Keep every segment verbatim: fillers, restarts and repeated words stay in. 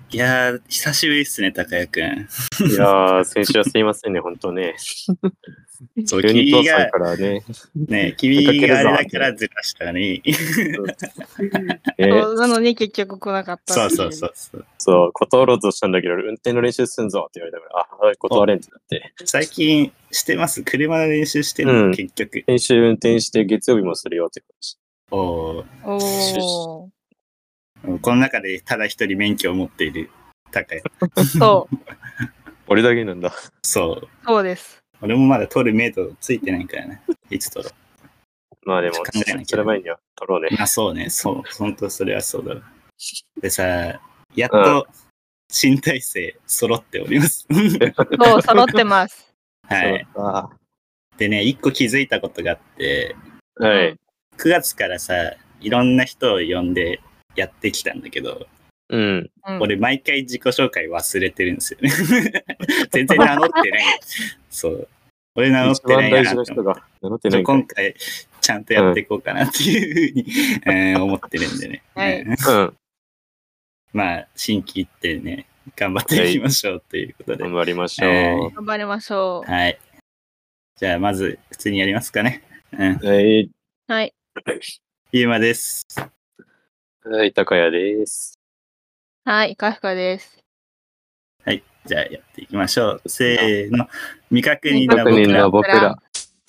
いやー、久しぶりっすね、高谷くん。 いやー、先週はすいませんね、ほんとね。 そう、 急に君が父さんか、らね。 ね、君があれだからずらしたのに。 えそうなのに結局来なかったっていう。 そうそうそうそう。 そう、断ろうとしたんだけど、運転の練習すんぞって言われたから、あ、断れんってなって。 最近してます車の練習してるの、 うん結局。 先週運転して月曜日もするよって感じ。 おーおー。 この中でただ一人免許を持っている高谷。 そう。 俺だけなんだ。 そう。 そうです。 俺もまだ取るメイトついてないからね。いつ取ろまあでも、 考えなきゃその前には取ろうね。 う。まあそうね。そう。本当それはそうだわ。でさ、やっと新体制揃っております。 そう、揃ってます。 はい。 そうだでね、一個気づいたことがあって、 はい。 くがつからさ、いろんな人を呼んでやってきたんだけど、 うん。 うん、 俺毎回自己紹介忘れてるんですよね。全然名乗ってない。そう。俺名乗っ一番てないな大事な人が名乗ってないんかい今回ちゃんとやっていこうかなっていうふうに、えー思ってるんでね。 はいうんうん。 まあ、新規一点ね、頑張っていきましょうということで。 頑張りましょう。 はい頑張りましょう。 はい。じゃあ、まず、普通にやりますかね。うん。 はい。 はい。 ゆうまです。 はい、高谷です。 はい、かふかです。 はい。じゃあ、やっていきましょう。せーの。未確認な確認僕らの。僕ら。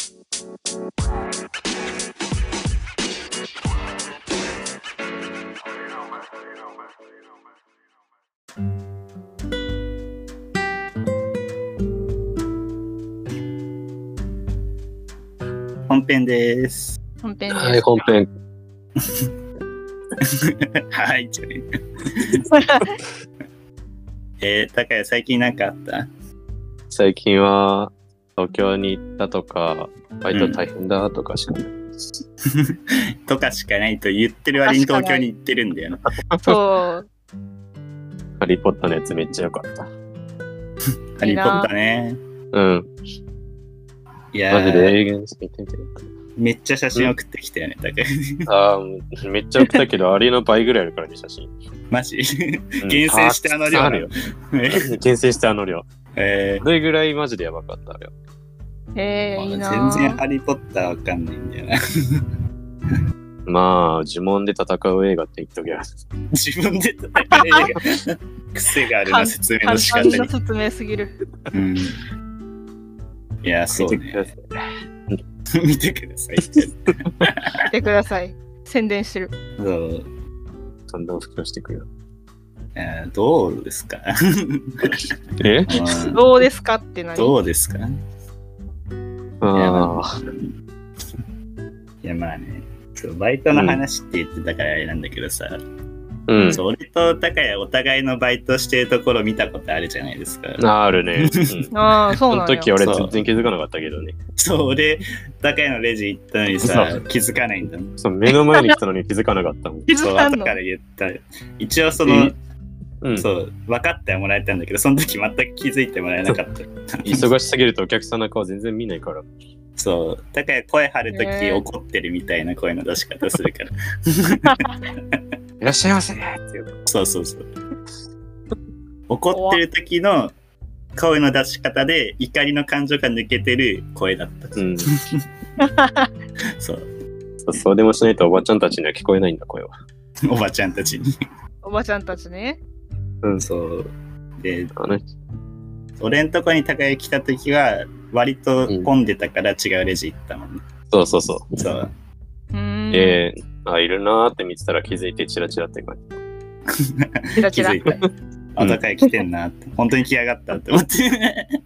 本編です。 本編です。 はい、本編。 はい。じゃあねえー、高谷、最近なんかあった最近は、東京に行ったとか、バイト大変だとかしかない。 とかしかないと言ってる割に東京に行ってるんだよな。 そう。 ハリーポッターのやつめっちゃ良かった。 ハリーポッターね。 うん。 いやマジでー、 映画に見てみて。 めっちゃ写真送ってきたよね、高谷。 ああ、めっちゃ送ったけど、あれの倍ぐらいあるからね、写真。 マジうん厳選してあの量なのあるよ。厳選してあの量。 えそれぐらいマジでやばかった、あれは。 えー、いいー、 な全然ぁ。 ハリーポッターわかんないんだよな。 まあ、呪文で戦う映画って言っときゃ。 自分で戦えが癖があるな、説明の簡仕方に。 単な説明すぎる。 うん、いや、そう見てくだねさ。い見てください。 見てください。宣伝してる。 そうどんどん布教していくよ。 えーどうですかえうんどうですかって何どうですかいああ。 や、まあね、そうバイトの話って言ってたからあれなんだけどさ、 うん。 そう俺と高谷お互いのバイトしてるところ見たことあるじゃないですか。 ああるね。うんああ、そうそのなんや。 時俺そう全然気づかなかったけどね。 そう、俺、高谷のレジ行ったのにそさ、気づかないんだもん。 そう、目の前に来たのに気づかなかったもん。 そう、 気づかんの後から言った。一応そのえ、うん。 そう、分かってはもらえたんだけど、その時全く気づいてもらえなかった。 忙しすぎるとお客さんの顔全然見ないから。 そう、だから声張るときへー怒ってるみたいな声の出し方するから。 いらっしゃいませって言う。 そうそうそう。怒ってる時の声の出し方で怒りの感情が抜けてる声だった。 うん。 そう、 そうそうでもしないとおばちゃんたちには聞こえないんだ、声は。 おばちゃんたちに。 おばちゃんたちね。 うん。 そう。で、 あの俺んとこに高谷来た時は、割と混んでたから違うレジ行ったもんね。 そうそうそう。 そう。 うーん。 えー、あ、いるなーって見てたら気づいてチラチラって感じ。 チラチラ気づ。いた。あ、高谷来てんなって。本当に来やがったって思って。い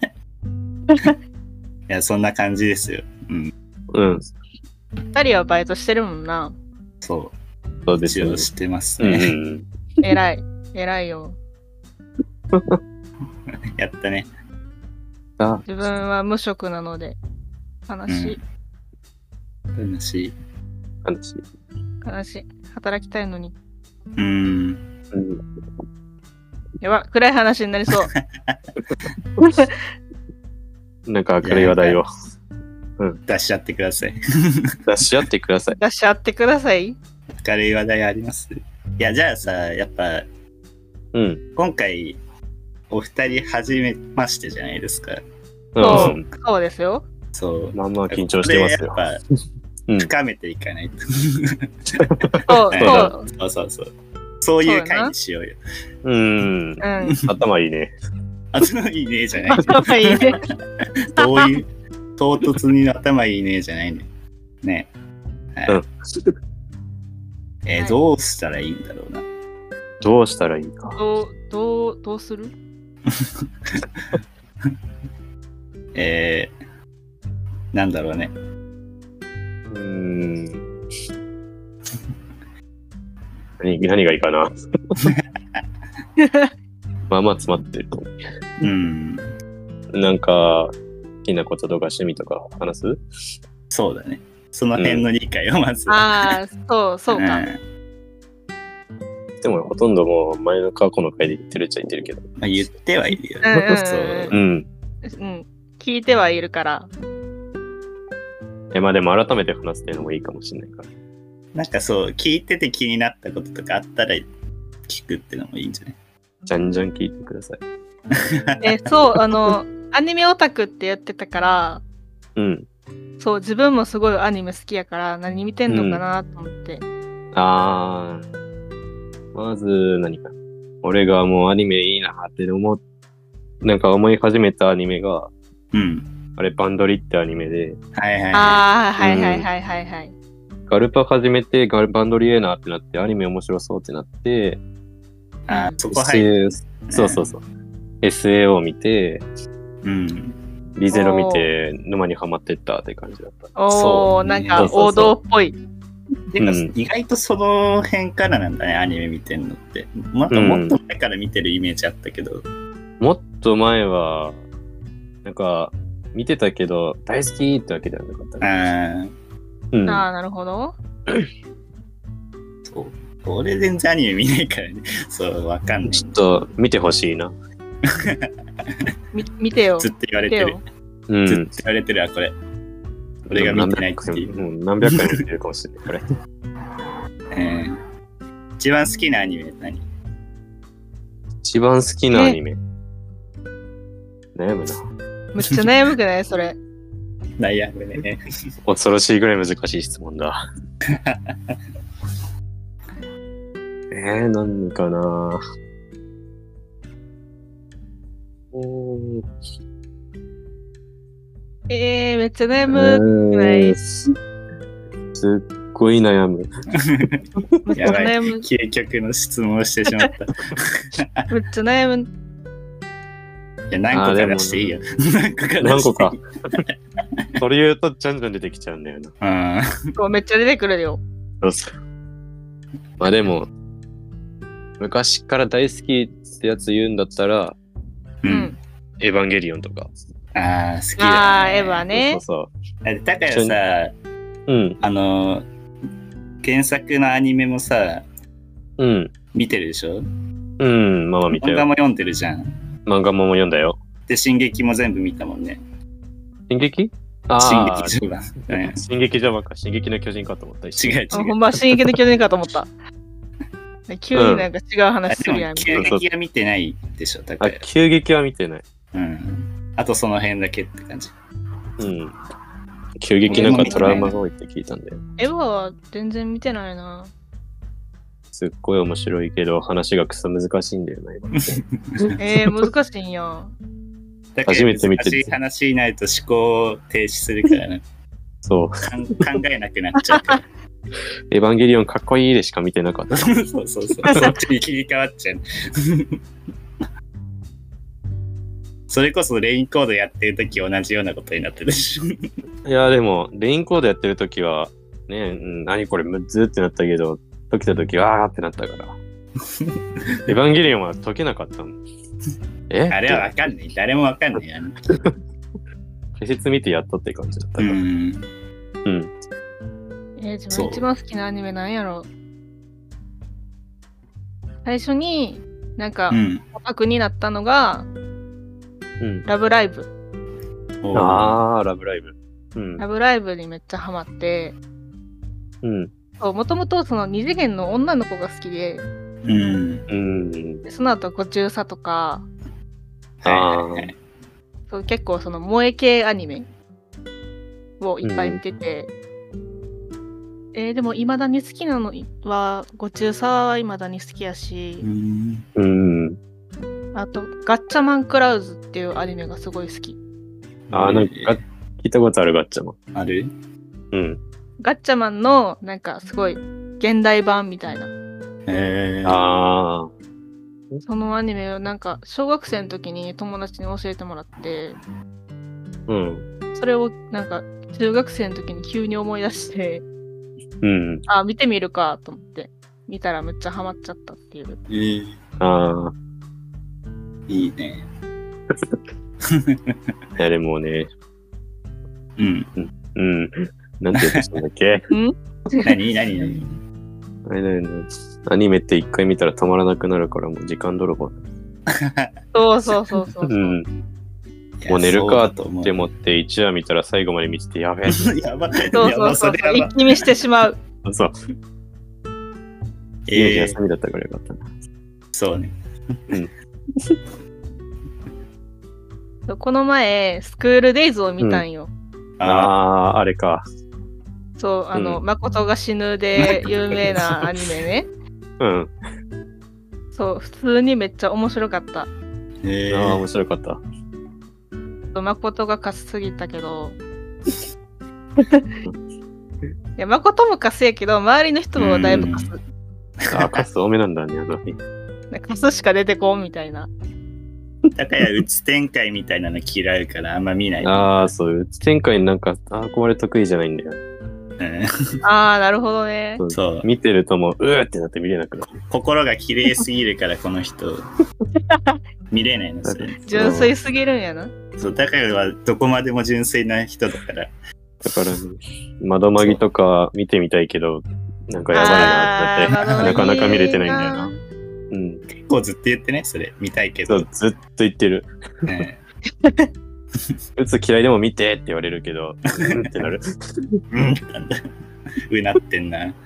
や、そんな感じですよ。うん。 うん。 二人はバイトしてるもんな。 そう。 そうですよね一応。してますうんうね。 ん。 偉い。偉いよ。 やったね。 あ、 自分は無職なので、悲しい。 楽しい。 話。 悲しい。働きたいのに。 うーん。 うん。 やば、暗い話になりそう。 なんか明るい話題を出しちゃってください。 出し合ってください。 出し合ってください。 明るい話題ありますいや、じゃあさ、やっぱ、 うん。 今回、お二人初めましてじゃないですか。 そううん。 そうですよ。 そう。 まあまあ緊張してますよ。 これやっうんぱ、深めていかないと。 そう、 そうそそうそうそう。そういう回にしようよ。 うん。 う。うん。 頭いいね。 頭いいねじゃない。 頭いいね。 どういう、唐突に頭いいねじゃないね。ね。はいうんえーはいどうしたらいいんだろうな。 どうしたらいいか。 どう、どう、どうする？ えー、なんだろうね。 うーん。何何がいいかな。まあまあ詰まってると思うん。 う。なんか、好きなこととか趣味とか話す？ そうだね。その辺の理解をまず。 ああ、そう、そうか。 んでもほとんどもう前の過去の回で言ってるっちゃ言ってるけど。 まあ、言ってはいるよ。 うんうんうんそう。 うん。 うん。聞いてはいるから。 え、まあでも改めて話すっていうのもいいかもしれないから。 なんかそう、聞いてて気になったこととかあったら聞くってのもいいんじゃない？ じゃんじゃん聞いてください。 え、そう、あの、アニメオタクってやってたから、 うん。 そう、自分もすごいアニメ好きやから、何見てんのかなと思って。 あー。まず何か。俺がもうアニメいいなって思う、なんか思い始めたアニメが、 うん。 あれバンドリってアニメで、 はいはいはああ、はいはいはいはいはい。 ガルパ始めてガルバンドリええなってなって、アニメ面白そうってなって、 い。あー、そこ入る。 エスエー そうそうそう。エスエーオー 見て、 うん。 リゼロ見て、沼にはまってったって感じだった。 おー、 そうなんかそうそう王道っぽい。 でもうん意外とその辺からなんだね、アニメ見てんのって。なんかもっと前から見てるイメージあったけど。 もっと前は、なんか、見てたけど、大好きってわけではなかったね。 ああ、 うん。 ああ、なるほど。 そう。俺全然アニメ見ないからね。そう、わかんない。 ちょっと見てほしいな。 み見てよ。 ずっと言われてる見てよ。。 うん。 ずっと言われてるわ、これ。俺が見てないっていう。 うん、何百回も見てるかもしれない、これ。 えー一番好きなアニメ何？ 一番好きなアニメ。悩むな。 めっちゃ悩むくないそれ。 悩むね。 恐ろしいぐらい難しい質問だ。えー、何かな。おーえー、めっちゃ悩えむくないー、すすっごい悩む。 めっちゃやばい。 悩む。 究極の質問をしてしまった。いめっちゃ悩む。 や、何個か出していいよ。何個か出していい。 何個か。それ言うと、じゃんじゃん出てきちゃうんだよな。 うん。 そうめっちゃ出てくるよ。 そうそう。まあでも、昔から大好きってやつ言うんだったら、 う。 うんん。 エヴァンゲリオンとか。 ああ、好きだ、ね。 ああ、エヴァね。 そうそだからさ、 う。うん。 あの、原作のアニメもさ、 うん。 見てるでしょ？ うん。まあまあ見たよ。 漫画も読んでるじゃん。 漫画も読んだよ。 で、進撃も全部見たもんね。 進撃あ進あ。 撃序盤。うん進撃じゃばか。進撃の巨人かと思った。 違う違う。 あほんま、進撃の巨人かと思った。急になんか違うあ話すでもるやん。みたいな急激は見てないでしょ、だかあ、 ら。 急激は見てない。 うん。あとその辺だけって感じ。 うん。急激なんかトラウマが多いって聞いたんだよ。 エヴァは全然見てないな。 すっごい面白いけど、話がクソ難しいんだよな、今。 えー、難しいんや。 だから初めて見て難しい話になると思考を停止するからね。 そう。 かん考えなくなっちゃうから。 エヴァンゲリオンかっこいいでしか見てなかった。 そうそうそう。そっちに切り替わっちゃう。それこそレインコードやってるとき同じようなことになってるし。 いや、でも、レインコードやってるときは、ね、うん、何これむずってなったけど、解けたとき、わーってなったから。エヴァンゲリオンは解けなかったの。えあれはわかんない。誰もわかんない。あの解説見てやっとって感じだったから。 うん。 うん。 えー、自そう分一番好きなアニメなんやろ。最初になんかうん。 オタクになったのが、 うん。 ラブライブ。 おーあー、ラブライブ。うん。 ラブライブにめっちゃハマって、 うん。 もともとその二次元の女の子が好きで、 うん。 うん。 でその後、ご中佐とか、 はいはいはい。 そう結構その萌え系アニメをいっぱい見てて、えーでも未だに好きなのは、ご中佐は未だに好きやしう、ん。 うん。 あと、ガッチャマンクラウズっていうアニメがすごい好き。 あー、なんか、聞いたことあるガッチャマン。 あるうん。 ガッチャマンのなんかすごい現代版みたいな。 えー、 ああ。 そのアニメをなんか小学生の時に友達に教えてもらって、 うん。 それをなんか中学生の時に急に思い出して、 うん。 あ、見てみるかと思って、見たらめっちゃハマっちゃったっていう。 えー、 ああ。 いいね。 いや、でもね、 うん。 うん。なんて言ってたんだっけん何何何あれだよね。アニメって一回見たら止まらなくなるからもう時間泥棒。 そうそうそうそうそう。 うん。 いやもう寝るかそうだと思うって思っていちわ見たら最後まで見ててやべえ。 やばい。 そうやばそうそうそれやば一気見してしまう。 そう。 え家でー、 休みだったからよかったな。 そうね。 そうこの前、スクールデイズを見たんよ。 あああー、あれか。 そう、あの、 うん誠が死ぬで有名なアニメね。 うん。 そう、普通にめっちゃ面白かった。 ー、えああ、面ー、 白かった。 誠がカスすぎたけど。いや、誠もカスやけど、周りの人もだいぶカス。 ああ、カス多めなんだね、あの日。 カスしか出てこんみたいな。 だからうつ展開みたいなの嫌うからあんま見ない。 ああ、そう、うつ展開になんか、ああ、これ得意じゃないんだよ。 うんあー、なるほどね。 そうそう。 見てるともう、うーってなって見れなくなる。 心が綺麗すぎるからこの人見れないのそれ。 純粋すぎるんやな。 そうだからはどこまでも純粋な人だから。 だから、ね、窓マギとか見てみたいけど、なんかやばいなってなって、 あーなかなか見れてないんだよな。 窓うん。 結構ずっと言ってねそれ見たいけど。 そう、ずっと言ってる。 うんうつ嫌いでも見てって言われるけど、うんってなる。 うんなんだ。うなってんな。 あ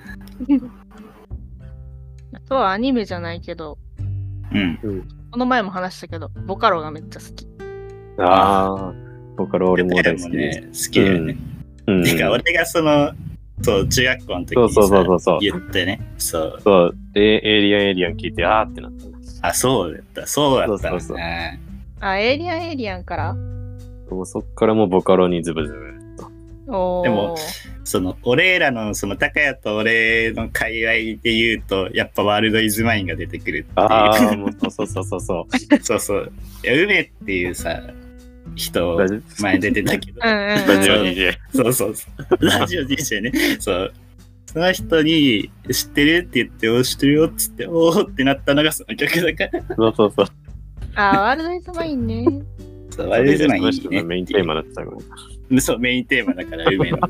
とはアニメじゃないけど、 うん。 この前も話したけど、ボカロがめっちゃ好き。 ああ、ボカロ俺も大好もきです。 ね好きだよね。 うん。 てか俺がそのそう中学校の時にさそうそうそうそう言ってね。そう。 そう、で、エイリアンエイリアン聞いて、あーってなった。 あそうだったそうだったんだそうそうそうね。 あ、エイリアンエイリアンからもうそっからもうボカロにズブズブ。 おーでもその俺らのその高谷と俺の界隈で言うとやっぱワールドイズマインが出てくるってああ、 いう。 もうそうそうそうそう。 そうそう。いや梅っていうさ人ラジ前出てたけど。 うんうんうんラジオ ディージェー。 そうそうそう。ラジオ ディージェー ね。そう。その人に知ってるって言って、お知ってるよっつって、おーってなったのがその曲だから。 そうそうそう。 あ、ワールドイズマインね。 そう、ワールドイズマインいいそれね。 がメインテーマだったから。 そう、メインテーマだから、梅の。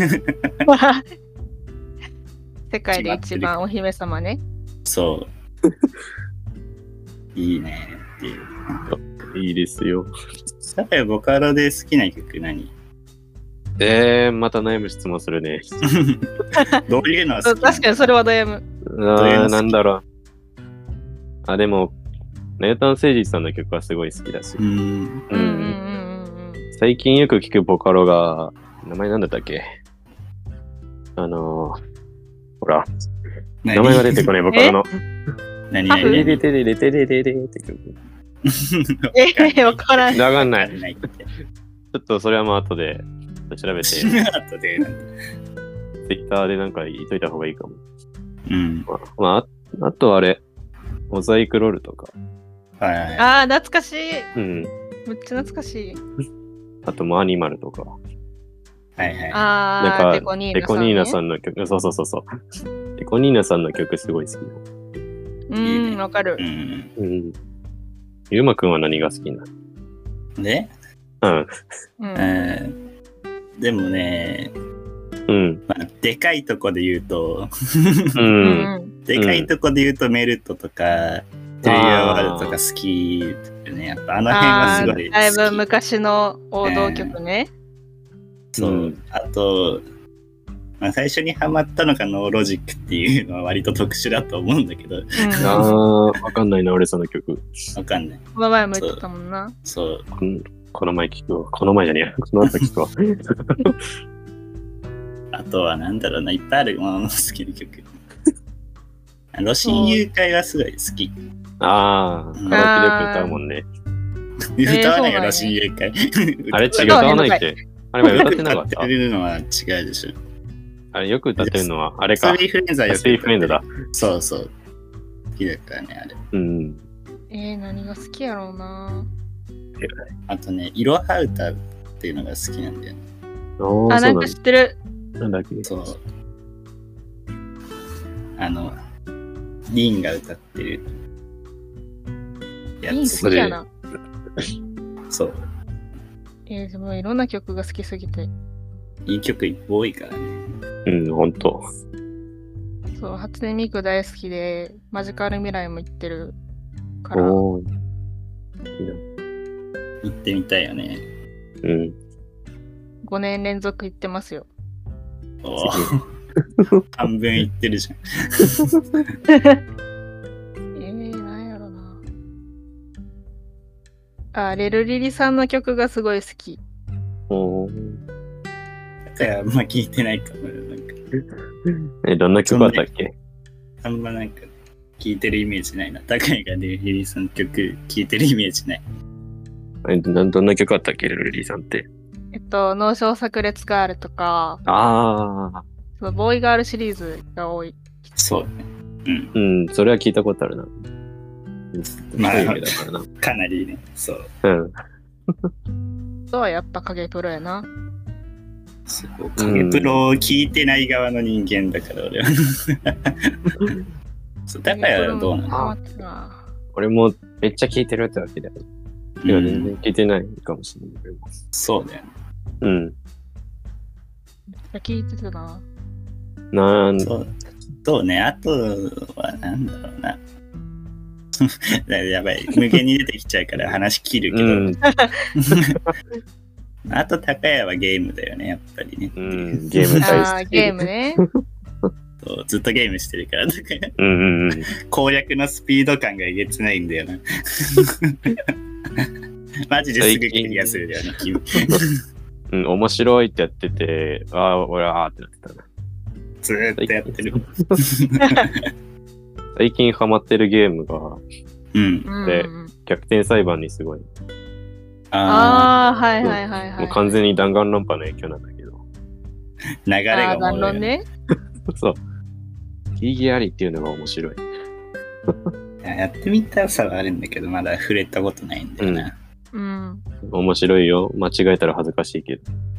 世界で一番お姫様ね。 そう。いいねっていう。 いいですよ。 だからボカロで好きな曲何えー、また悩む質問するね。 どういうのは好き確かにそれは悩む。 あー、なんだろう。あ、でも、ネオタン誠司さんの曲はすごい好きだし。 うん。 うんうんうんうん最近よく聞くボカロが、名前なんだったっけあのー、ほら、名前が出てこないボカロの。 何ハフテ何何レテレレテレレレって曲。 えー、わからん。 わかんない。ちないって。 ょっとそれはもう後で調べて、ツイ後でなんだッターでなんか言っといた方がいいかも。 うん。 まあ、まあ、あとあれ、モザイクロールとか。 はいはい。 あー、懐かしい。 うん。 めっちゃ懐かしい。 あともうアニマルとか。 はいはい。 あー、 なんか、 デコニーナさん、ね。 デコニーナさんの曲、そうそうそうそう。デコニーナさんの曲すごい好き。 うん、わかるう。ん。 うん。ゆうまくんは何が好きなで、 うん。 うんうん。でもね、 うん。 まあ、でかいとこで言うと、 う。 うんんでかいとこで言うとメルトとか、テレビアワールドとか好きだよね。やっぱあの辺はあすごい好き。 ー、だいぶ昔の王道曲ね。 そう。 うんあと、 まあ、最初にハマったのがノーロジックっていうのは割と特殊だと思うんだけど、 うん、 あー、わかんないな、俺その曲。 わかんない。 この前も言ってたもんな。 そう。 こんこの前聞くわ。この前じゃねえや。この後聞くわ。 あとはなんだろうな、いっぱいあるものの好きな曲。ロシン誘拐はすごい好き。 あー、カラオケでよく歌うもんね。 歌わないよ、 えーロシン誘拐。 あれ違う、 歌歌わへんのかいわないって。あれは歌ってなかっ歌たってるのは違うでしょ。 あれよく歌ってるのは、あれか。 スリーフレンズはよくスリーフレンドだ。 そうそう。好きだからね、あれ。 うん。 えー、何が好きやろうな。 あとね、いろは歌っていうのが好きなんだよね。 おー、 あ、なんかそうなん知ってる。 だ。なんだっけ。 そう。あの、リンが歌ってるやいいつ。 好きやな。 そう。 えー、でもいろんな曲が好きすぎて。 いい曲多いからね。 うん、ほんと。 そう、初音ミク大好きで、マジカル未来も行ってるから。 おー。いいな。 行ってみたいよね。 うん。 ごねん連続行ってますよ。 おー半分行ってるじゃん。 えー、なんやろな。あ、レルリリさんの曲がすごい好き。 おー。 だからあんま聞いてないかも。なんかえ、どんな曲あったっけ？ あんまなんか聞いてるイメージないな。高いがレルリリさんの曲聞いてるイメージない。 え、どどんな曲あったっけ、ルリーさんって。 えっと、脳症炸裂ガールとか、 ああ。 そのボーイガールシリーズが多い。 そうね。うん。 うん、それは聞いたことあるな。 まあ一人だからな。 かなりね。そう。 うん。 あとはやっぱ影プロやな。 そう影プロを聞いてない側の人間だから俺は。そうだからどうなの？ ハマってたな。 俺もめっちゃ聞いてるってわけだよ。いや、全然聞いてないかもしれない。 そうだよね。 うん。 聞いてたな。 なんそうそうね。あとはなんだろうな。やばい。無限に出てきちゃうから話切るけど。 うん、 あと、高谷はゲームだよね、やっぱりね。 うん、ゲーム大好き。 あーゲームね。 そうずっとゲームしてるから、高谷うんうんうん。 攻略のスピード感がえげつないんだよな。マジですぐクリアするだよね、君。 うん、面白いってやってて、ああ、俺はあーってなってたな。 ずーっとやってる。 最近ハマってるゲームが、 うん。 うんで逆転裁判にすごい。 あああ、はいはいはいはい。 もう完全に弾丸論破の影響なんだけど。 ー、流れがあー弾おもろいよ論ね。 そう。ギリギリありっていうのが面白い。 やってみたさはあるんだけど、まだ触れたことないんだよな。 うん。 面白いよ。間違えたら恥ずかしいけど。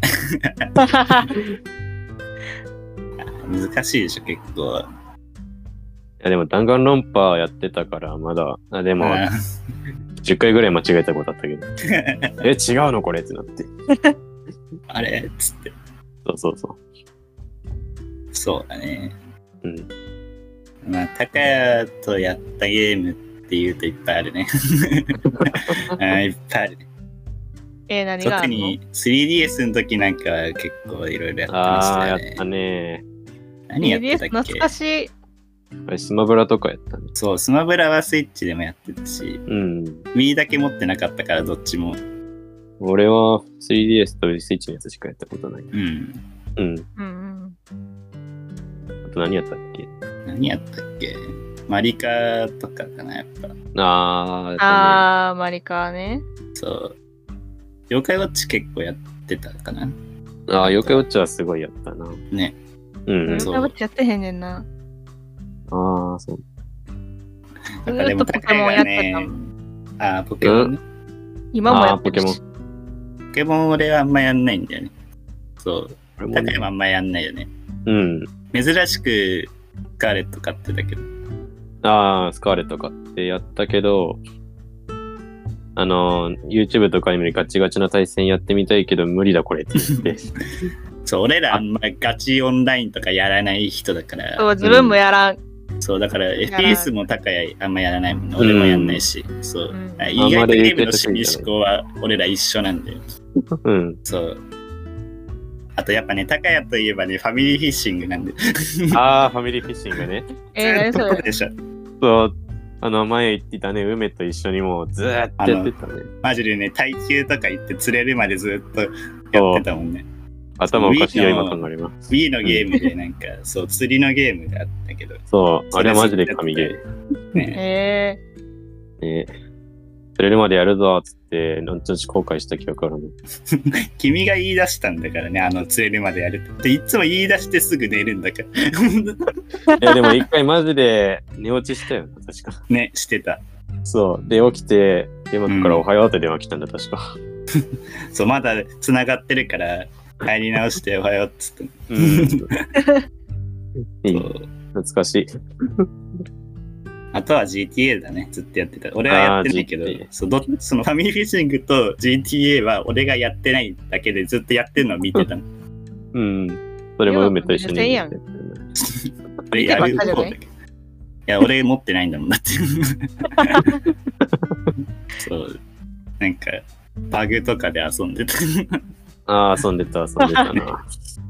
難しいでしょ、結構。 いやでも弾丸論破やってたからまだ、あでもあじゅっかいぐらい間違えたことあったけど。え、違うのこれってなって。 あれっつって。 そうそうそそうだね。 う。うん。 まあ、高谷とやったゲームって言うといっぱいあるね。あーいっぱいあるね。 えー、何があるの？ 特に スリーディーエス の時なんかは結構いろいろやってましああ、 たよね。 やったね。 何やってたっスリーディーエス 懐けかしい。 あれスマブラとかやったね。 そう、スマブラはスイッチでもやってたし、 うん。 Wii だけ持ってなかったからどっちも。 俺は スリーディーエス とスイッチのやつしかやったことない。 うん。 うん。 うんうん。 あと何やったっけ？ 何やったっけマリカとかかな、やっぱ。 あー、やったあー、マリカーね。 そう。妖怪ウォッチ結構やってたかな。 ね。あー、妖怪ウォッチはすごいやったな。 ね。 うん、うん。 そうヨガやってへんねんな。 あー、そう。 ずなんかでもーっとポケモンやってたも高ん。 ああ、ポケモンね。 今もやあー、ポケモンってるし。。 ポケモン俺はあんまやんないんだよね。そう。 俺もね高山あんまやんないよね。 うん。 珍しくスカーレット買ってたけど。 あー、スカーレット買ってやったけど、あのー、YouTube とかにもガチガチな対戦やってみたいけど無理だこれって言って。 そう、俺らあんまガチオンラインとかやらない人だから。 そう、自分もやらん。 そう、だから エフピーエス も高いあんまやらないもんね。 うん俺もやんないし。そう。 うん意外とゲームの趣味思考は俺ら一緒なんだよ。 うん。 そう。 あとやっぱね、高谷といえばね、ファミリーフィッシングなんで。 ああ、ファミリーフィッシングね。 えー、何それ。 でしょ。 そう、あの、前言ってたね、梅と一緒にもうずーっとやってたね。 マジでね、耐久とか行って釣れるまでずっとやってたもんね。 頭おかしいよ、今考えます。 Wii のゲームでなんか、そう、釣りのゲームがあったけど。 そう、あれはマジで神ゲー。ねえ。ね釣れるまでやるぞっつって、後々後悔した記憶あるもん。 君が言い出したんだからね、あの、釣れるまでやるって。いつも言い出してすぐ寝るんだから。 いや、でも一回マジで寝落ちしたよな、確か。 ね、してた。 そう。で、起きて、電話からおはようって電話来たんだ、確か。 そう、まだ繋がってるから、帰り直しておはようっつって。 うん。いい。懐かしい。 あとは ジーティーエー だね、ずっとやってた。俺はやってないけど、そ, どそのファミリーフィッシングと ジーティーエー は俺がやってないだけでずっとやってるのを見てたの。 うん。それも梅と一緒に。 やん。 俺やる方だけど。いや、俺持ってないんだもんだって。そう。なんか、バグとかで遊んでた。 ああ、遊んでた、遊んでたな。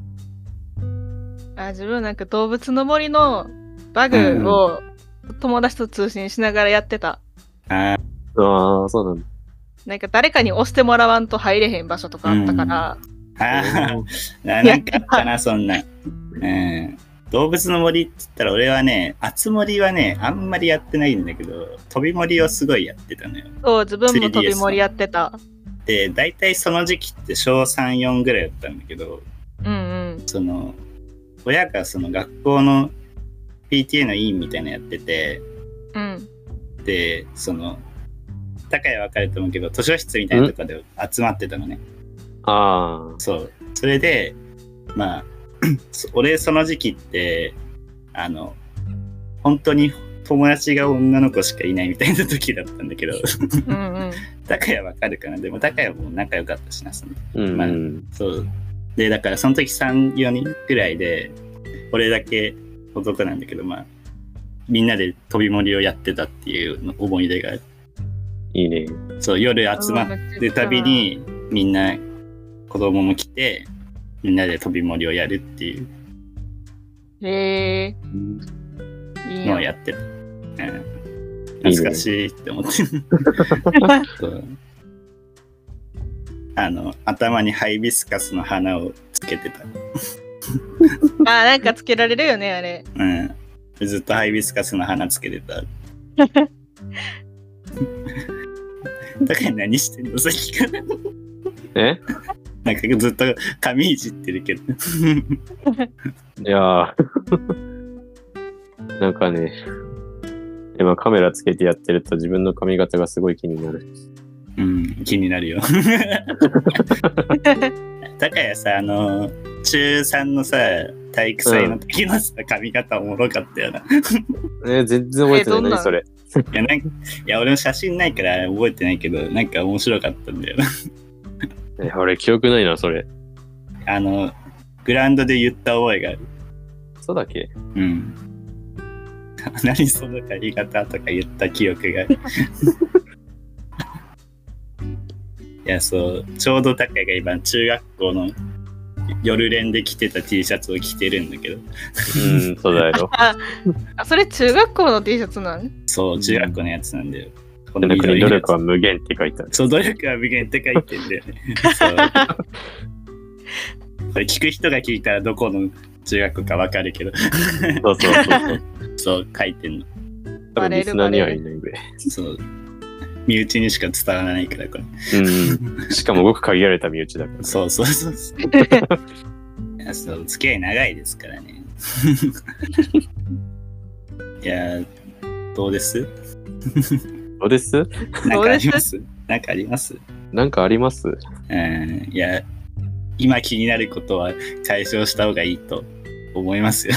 あ、自分なんか動物の森のバグを、うん友達と通信しながらやってた。 ああ、そうなんだ。 なんか誰かに押してもらわんと入れへん場所とかあったから。 うん、ああ、なんかあったな、そんな。うん。動物の森って言ったら俺はね、あつ森はね、あんまりやってないんだけど、飛び森をすごいやってたのよ。 そう、自分も飛び森やってた。 で、大体その時期って小さん、よんぐらいだったんだけど、 うんうん。 その、親がその学校のピーティーエー の委員みたいなのやってて、 うん、 で、その、高谷は分かると思うけど、図書室みたいなところで集まってたのね。 ああ。 そう。それで、まあ、俺その時期って、あの、本当に友達が女の子しかいないみたいな時だったんだけど、 うんうん、 高谷分かるかな。でも高谷も仲良かったしな、その、 うんうん、 まあ、そう。で、だからその時さん、よにんくらいで、俺だけ、男なんだけど、まあ、みんなで飛び森をやってたっていう思い出がある。 いいね。 そう、夜集まるたびに、みんな、子供も来て、みんなで飛び森をやるっていう。 へえー。のをやってた。うん。懐かしいって思って。そうあの、頭にハイビスカスの花をつけてた。 あ、なんかつけられるよね、あれ。 うん。ずっとハイビスカスの花つけてた。だから何してんのさっきから。 えなんかずっと髪いじってるけど。 いやー。なんかね、今カメラつけてやってると自分の髪型がすごい気になる。 うん、気になるよ。高谷さ、あの、中さんのさ、体育祭の時のさ、うん、髪型おもろかったよな。 えー、全然覚えてない。何それ。 いや、なんか、いや、俺の写真ないから覚えてないけど、なんか面白かったんだよな。 え、俺記憶ないな、それ。 あの、グラウンドで言った覚えがある。 そうだっけ？ うん。何その髪型とか言った記憶がある。いや、そう、ちょうど高谷が今、中学校の夜練で着てた T シャツを着てるんだけど。 うん、そうだよ。 あ、それ中学校の T シャツなん？ そう、中学校のやつなんだよ。 この中に努力は無限って書いてある。 そう、努力は無限って書いてんだよね。そう。これ聞く人が聞いたらどこの中学校かわかるけど。 そうそうそうそう。 そう、書いてんの。 多分リスナーにはいないぐらい。 そう。身内にしか伝わらないからこれ。 うん。しかもごく限られた身内だから。 そうそうそうそう。いや、そう、付き合い長いですからね。いや、どうです？ どうです？ なんかあります？なんかあります？ なんかあります？ うん、いや、今気になることは解消した方がいいと思いますよ。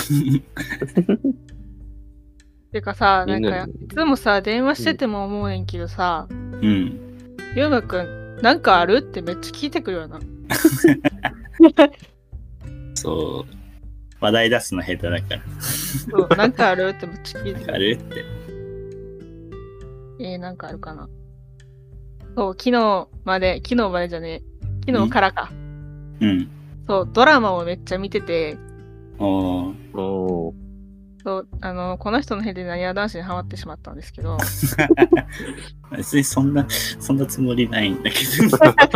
てかさ、なんかいつもさ電話してても思うねんけどさ、 うん。 ゆうまくんなんかあるってめっちゃ聞いてくるよな。 そう。話題出すの下手だから。 そう、なんかあるってめっちゃ聞いてくる。 あるって。 えー、なんかあるかな。そう、昨日まで、昨日までじゃねえ。昨日からか。 うん。 そうドラマをめっちゃ見てて、 おーおーそうあのこの人の辺でなにわ男子にハマってしまったんですけど、 別にそんな、そんなつもりないんだけど。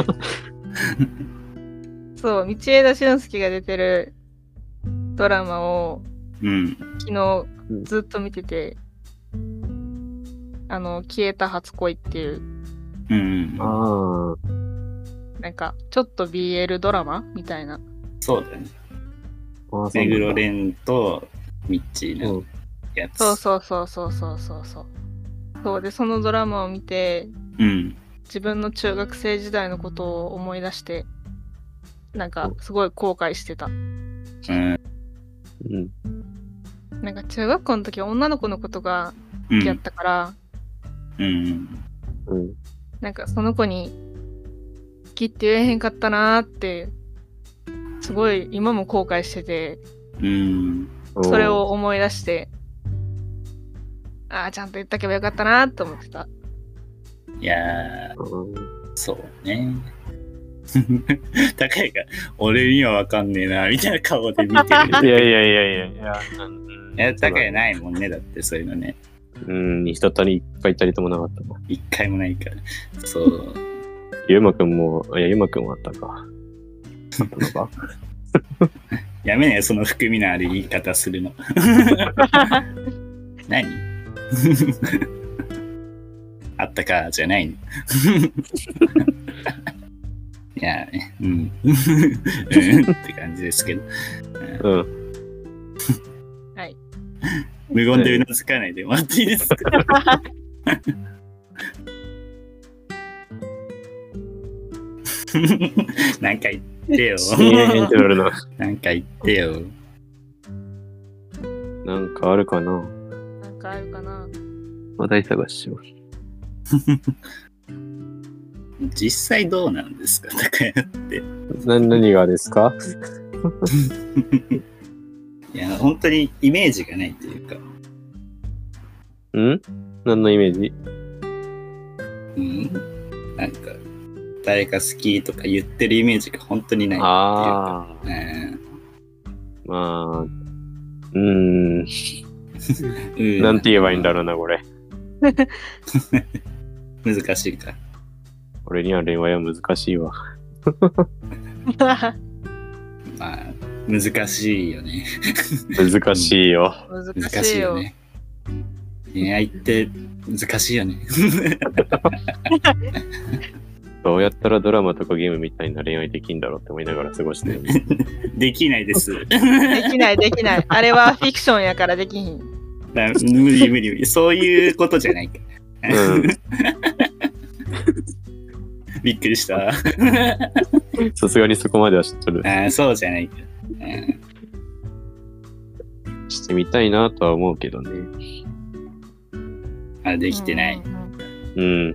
そう道枝駿佑が出てるドラマをうん。 昨日ずっと見てて、あの消えた初恋っていううん。 あなんかちょっと ビーエル ドラマみたいな。 そうだね。 ーあー。 目黒そう蓮とミッチーのなんだやつ。 そうそうそうそうそうそうそう。そうでそのドラマを見てうん。 自分の中学生時代のことを思い出してなんかすごい後悔してた。 うん。 うん。 なんか中学校の時は女の子のことがうん。 好きやったから、 うん。 うん。 なんかその子に好きって言えへんかったなーってすごい今も後悔してて、 うん。 それを思い出してああちゃんと言っとけばよかったなーって思ってた。 いやー、 うん。 そうね。高いが、俺にはわかんねえな、みたいな顔で見てる。 いやいやいやいやいや。うんいや、高いないもんね、だってそういうのね。 うん、一たり一回たりともなかったな。 一回もないから。そう。 ゆうまくんも、いや、ゆうまくんはあったか。あったのかやめねえ、その含みのある言い方するの。何あったかじゃないの。いやね、うん。うんって感じですけど。 うん。 はい。 無言でうなずかないでもらっていいですか。なんか言ってよ。 ええってなるな。 なんか言ってよ。 なんかあるかな。 なんかあるかな。 話題探しよう。 実際どうなんですか、高谷って。 な、何がですか？ いや、本当にイメージがないというか。 ん？何のイメージ？ うん。なんか、誰か好きとか言ってるイメージが本当にないっていうか。 ああ。 うんまあ、うーん。 うんなんて言えばいいんだろうな、これ。 難しいか。 俺には恋愛は難しいわ。 まあ、難しいよね。 難しいよ。 難難しいよ。 しいよね。恋愛って難しいよね。 どうやったらドラマとかゲームみたいな恋愛できんだろうって思いながら過ごしてる。 できないです。 できないできない。あれはフィクションやからできひん。 だ無理無理無理。そういうことじゃないか。 うん。 びっくりした。 さすがにそこまでは知っとる。 あそうじゃないか。うんしてみたいなとは思うけどね。 あできてない。 うんうんうんうん。 うん。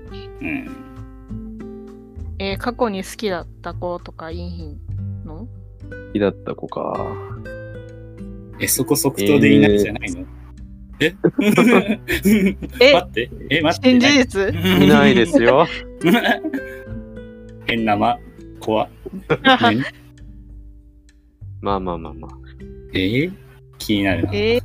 えー過去に好きだった子とかいいひんの？ 好きだった子か。 え、そこ即答でいないじゃないの？ええ待って。え、待って。 新事実？ いないですよ。 変な間。怖。何まあまあまあまあ。 えー気になるな。 えー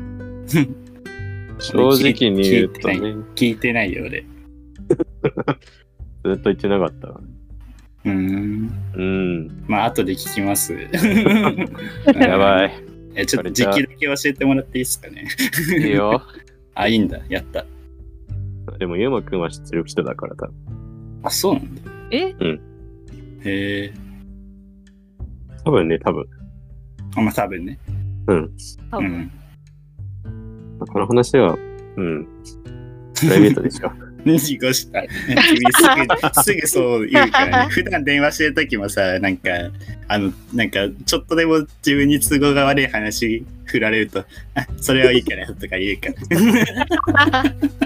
正直に言うとね、 聞いてないよ、俺。 ずっと言ってなかった。 うーん。 うん。 まあ、後で聞きます。 やばい。 い。 え、ちょっと時期だけ教えてもらっていいですかね。 いいよ。 あ、いいんだ。やった。 でも、ゆうまくんは知ってる人だから多分。 あ、そうなんだ。 えへえ。 多分ね、多分。 あ、まあ、多分ね。 うん。 多分。 うん。 この話は、うん。プライベートでしょ。 何がした君すぐ、すぐそう言うからね。普段電話してる時もさ、なんか、あの、なんか、ちょっとでも自分に都合が悪い話振られると、あ、それはいいからとか言うから。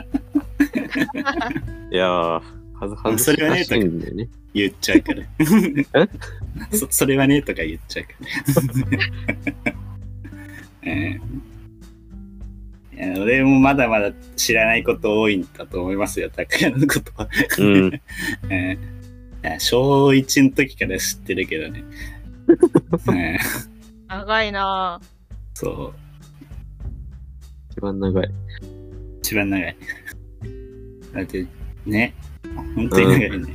いやー、はずはずそれはねしいんだよね。 言っちゃうから。そそれはねとか言っちゃうから。えー、いや俺もまだまだ知らないこと多いんだと思いますよ、高谷のことは。 うん。 えー、いや小いちの時から知ってるけどね。 ね、 長いなぁ。 そう。 一番長い。 一番長い。だってね、本当に長いね。うん、い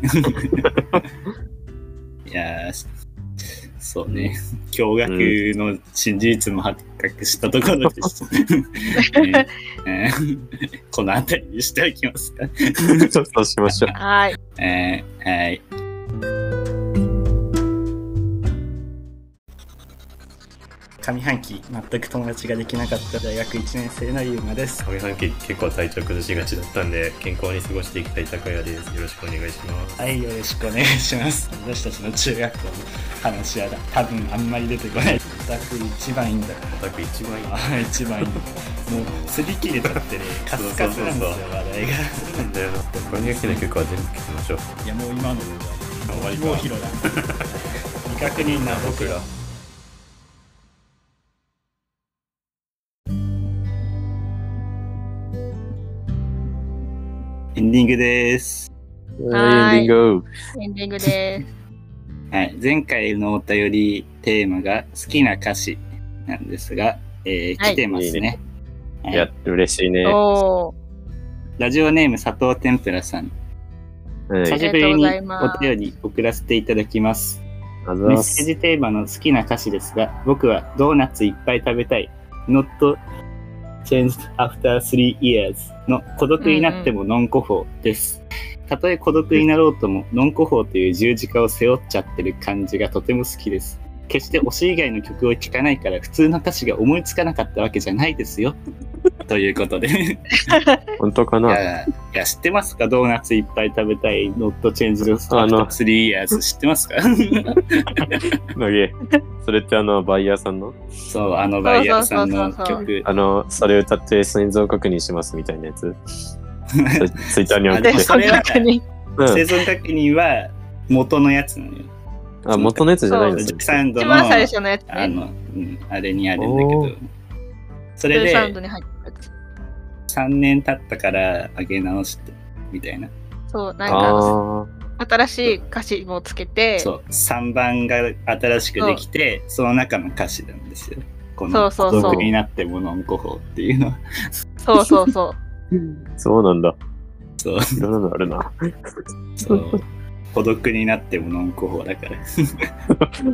やー、そうね、驚愕の真実も発覚したところです。ねえー、この辺りにしておきますか。 そうしましょう。 はい。 えー、はい。上半期全く友達ができなかった大学いちねん生のゆうまです。 上半期結構体調崩しがちだったんで健康に過ごしていきたい高谷です。よろしくお願いします。 はい、よろしくお願いします。私たちの中学校の話は多分あんまり出てこない。オタク一番いいんだから。 オタク一番いい。 あ、一番いい。もう擦り切れちゃってね、カスカスなんですよ、話題が。 なんだよな。これに好きな曲は全部聴きましょう。 いや、もう今ので終わりか。もう広だ。未確認な僕ら。エンディングです。 はい、エンディング。 エンディングです。 はい、前回のお便りテーマが好きな歌詞なんですが、えーはい、来てますね。 いいね、はい、いや、嬉しいね。 おラジオネーム佐藤天ぷらさん。はい、久しぶりにお便り送らせていただきます。メッセージテーマの好きな歌詞ですが、僕はドーナツいっぱい食べたい。Not changed after three years の孤独になってもノンコフォーです。たとえ孤独になろうともノンコフォーという十字架を背負っちゃってる感じがとても好きです。決して推し以外の曲を聴かないから普通の歌詞が思いつかなかったわけじゃないですよ。ということで本当かな。 いや、いや知ってますか？ドーナツいっぱい食べたい Not changed after three years 知ってますか？ のげそれってあのバイヤーさんの？ そう、あのバイヤーさんの曲。 あのそれ歌って心臓確認しますみたいなやつ。ツイッターにあってそれは生存確認は元のやつなのよ。 あ、元のやつじゃないんですよ。サウンドの一番最初のやつ、ね、 あの、うん、あれにあるんだけど、それでサウンドに入ったやつさんねん経ったから上げ直してみたいな。 そう、なんか新しい歌詞をつけて、 そう、さんばんが新しくできて、そ, その中の歌詞なんですよ。この孤独になってもノンコフォーっていうのは。 そうそうそう。 そうなんだ。 そう。 いろんなのあるな。 そう。孤独になってもノンコフォーだから。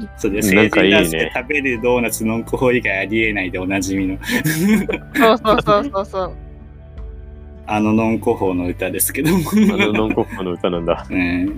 それで成人男性食べるドーナツノンコフォー以外ありえないでおなじみの。 そうそうそうそうそう。 あのノンコフォーの歌ですけども。あのノンコフォーの歌なんだ。 うん。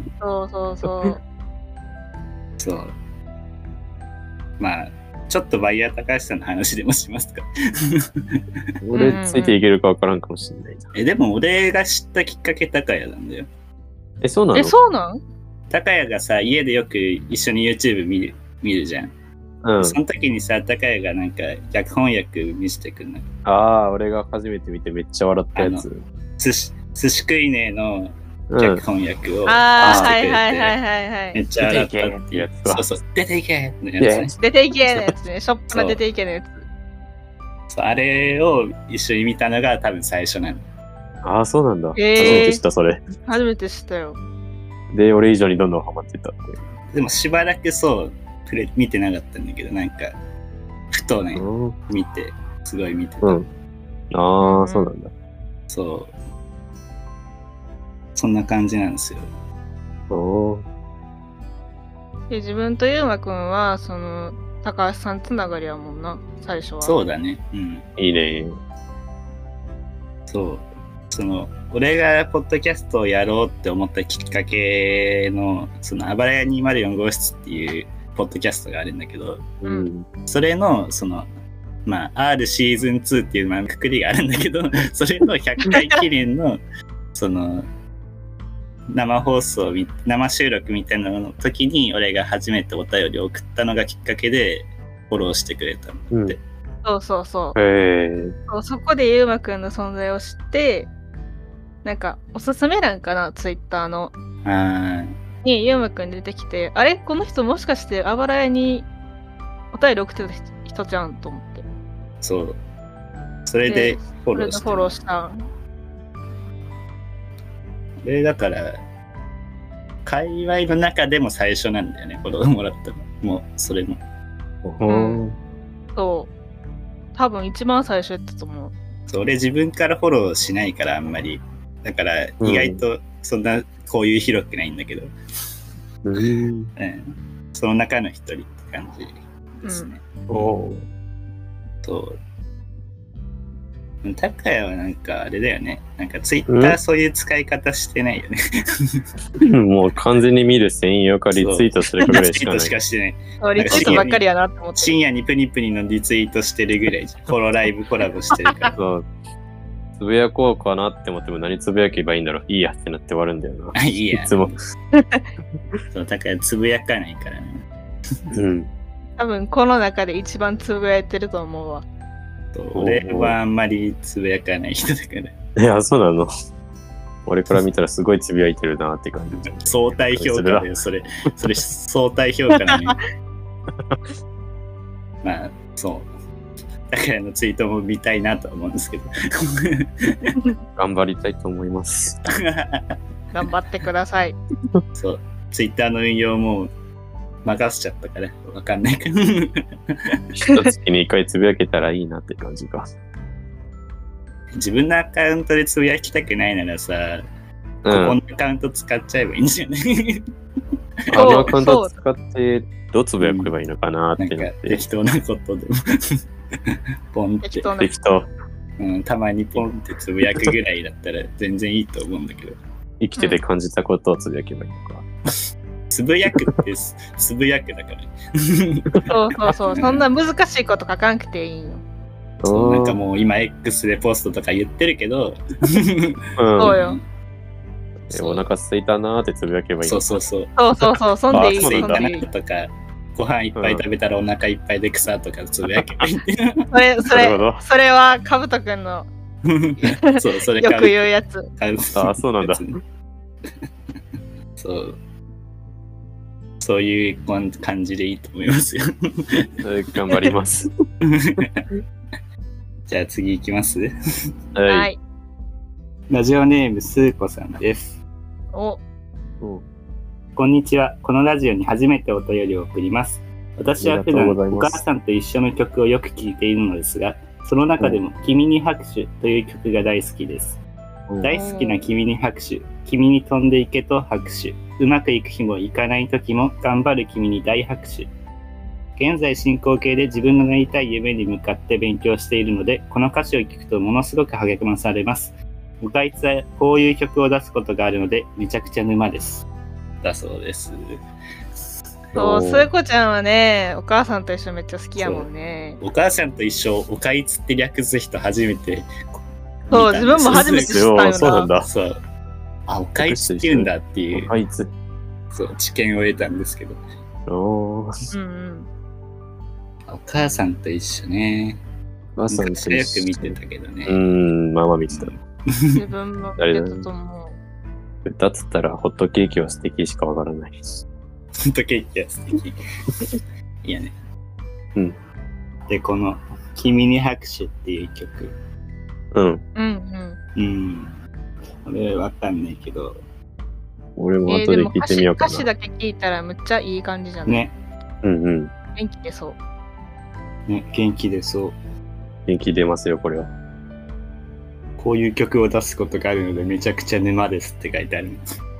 そうそうそう。 そう。まあ。ちょっとバイヤー高橋さんの話でもしますか？ 俺ついていけるか分からんかもしれない。 え、でも俺が知ったきっかけ高谷なんだよ。 え、そうなの？ え、そうなん？ 高谷がさ、家でよく一緒に YouTube 見る、見るじゃん。うん。その時にさ、高谷がなんか逆翻訳見せてくんの。 ああ、俺が初めて見てめっちゃ笑ったやつ。 寿司、寿司食いねえの逆翻訳をしてくれて、うん、 ああ、はいはいはいはいはい。 めっちゃ笑ったっていうやつ。そうそう、出ていけのやつ、ね。 出ていけのやつね。ショップの出ていけのやつ。 そう、あれを一緒に見たのが多分最初なの。 ああ、そうなんだ。 えー、 初めて知った、それ。 初めて知ったよ。 で、俺以上にどんどんハマってたって。 でもしばらくそうプレ見てなかったんだけど、なんかふとね、見てすごい見てた。 うん、ああ、そうなんだ。 そう、そんな感じなんですよ。 おで、自分とゆうまくんはその高橋さんつながりやもんな、最初は。 そうだね。うん。 いいね。 そう。その俺がポッドキャストをやろうって思ったきっかけのそのあばらやにまるよん号室っていうポッドキャストがあるんだけど、 うん、 それのそのまあ R シーズンツーっていうまあくくりがあるんだけど、それのひゃっかい記念のその生放送生収録みたいなの時に俺が初めてお便りを送ったのがきっかけでフォローしてくれたので、 うん、そうそうそう。 へそうそこでゆうまくんの存在を知って、なんかおすすめ欄かな、ツイッターのあにゆうまくん出てきて、あれこの人もしかしてあばらやにお便り送ってた人じゃんと思って。 そう。それでフォローした。 フォローした。 でだから界隈の中でも最初なんだよね、フォローもらったの。 もうそれも。 うんそう。多分一番最初やったと思う。 そう俺自分からフォローしないからあんまり。だから意外とそんなこういう広くないんだけど、 うんうん、その中の一人って感じですね。 おーそう高谷はなんかあれだよね。なんかツイッターそういう使い方してないよね。 もう完全に見る専用かリツイートするぐらいリツイートしかない。 しかしてない。 そうリツイートばっかりやなって思って。 深夜にプニプニのリツイートしてるぐらいじゃん。フォローライブコラボしてるから。 そうつぶやこうかなって思っても何つぶやけばいいんだろう。いいやってなって終わるんだよな。 あいいや。 いつも。 そう高谷つぶやかないからね。 うん。 多分この中で一番つぶやいてると思うわ。 俺はあんまりつぶやかない人だから。 いや、そうなの。俺から見たらすごいつぶやいてるなって感じ。 相対評価だよ、それ。それ相対評価なのよ。まあ、そう。高谷のツイートも見たいなとは思うんですけど。 頑張りたいと思います。 頑張ってください。 そう。ツイッターの運用も任せちゃったからわかんないから一月に一回つぶやけたらいいなって感じか。 自分のアカウントでつぶやきたくないならさ、 うここん。 のアカウント使っちゃえばいいんじゃないあのアカウント使ってどうつぶやけばいいのかなっなんかてなって。 適当なことでもポンって適、当な。 適当。 うん、たまにポンってつぶやくぐらいだったら全然いいと思うんだけど、 生きてて感じたことをつぶやけばいいのか。 つぶやくってすつぶやくだからねそうそうそう。そんな難しいこと書かなくていいよ。 そうなんかもう今 X でポストとか言ってるけどうん。 そうよ。 えお腹空いたなーってつぶやけばいいのか。 そうそうそうそうそうそう。そんでいい。 あそうなんだそんでいい。 とかご飯いっぱい食べたらお腹いっぱいで草とかつぶやけばいいそれ、それなるほど、 それはかぶとくんのそうそれよく言うやつ。 買うあそうなんだそうそういう感じでいいと思いますよはい頑張ります。 じゃあ次行きますははい。 い。 ラジオネームスーコさんです。 お、 うんこんにちは。このラジオに初めてお便りを送ります。私は普あり段がとうございますお母さんと一緒の曲をよく聴いているのですが、その中でも君に拍手という曲が大好きです。大好きな君に拍手、君に飛んでいけと拍手、うまくいく日もいかない時も頑張る君に大拍手。現在進行形で自分のなりたい夢に向かって勉強しているので、この歌詞を聴くとものすごく励まされます。僕はいつはこういう曲を出すことがあるので、めちゃくちゃ沼です。だそうです。 そう、 おースーコちゃんはね、お母さんと一緒めっちゃ好きやもんね。 お母さんと一緒、おかいつって略す人初めてそう、 見たんです自分も初めて知ったよな。 そうなんだ。 そう。あ、おかいつって言うんだっていう、 あいつ。 そう、知見を得たんですけど。 おー。 うんうん。 お母さんと一緒ね。 まさに昔はよく見てたけどね。 うーん、まあまあ見てた。 自分も見てたと思う。 歌っつったらホットケーキは素敵しかわからない。 ホットケーキは素敵。いやね。 うん。 で、この、君に拍手っていう曲。 うん。 うんうん。 うん。俺わかんないけど、 俺もえー、 後で聞いでも歌詞てみようかな。 歌詞だけ聞いたらむっちゃいい感じじゃない、 ね、 うんうん。 元気出そう。 ね、元気でそう。 元気出ますよ、これは。 こういう曲を出すことがあるのでめちゃくちゃ沼ですって書いてある。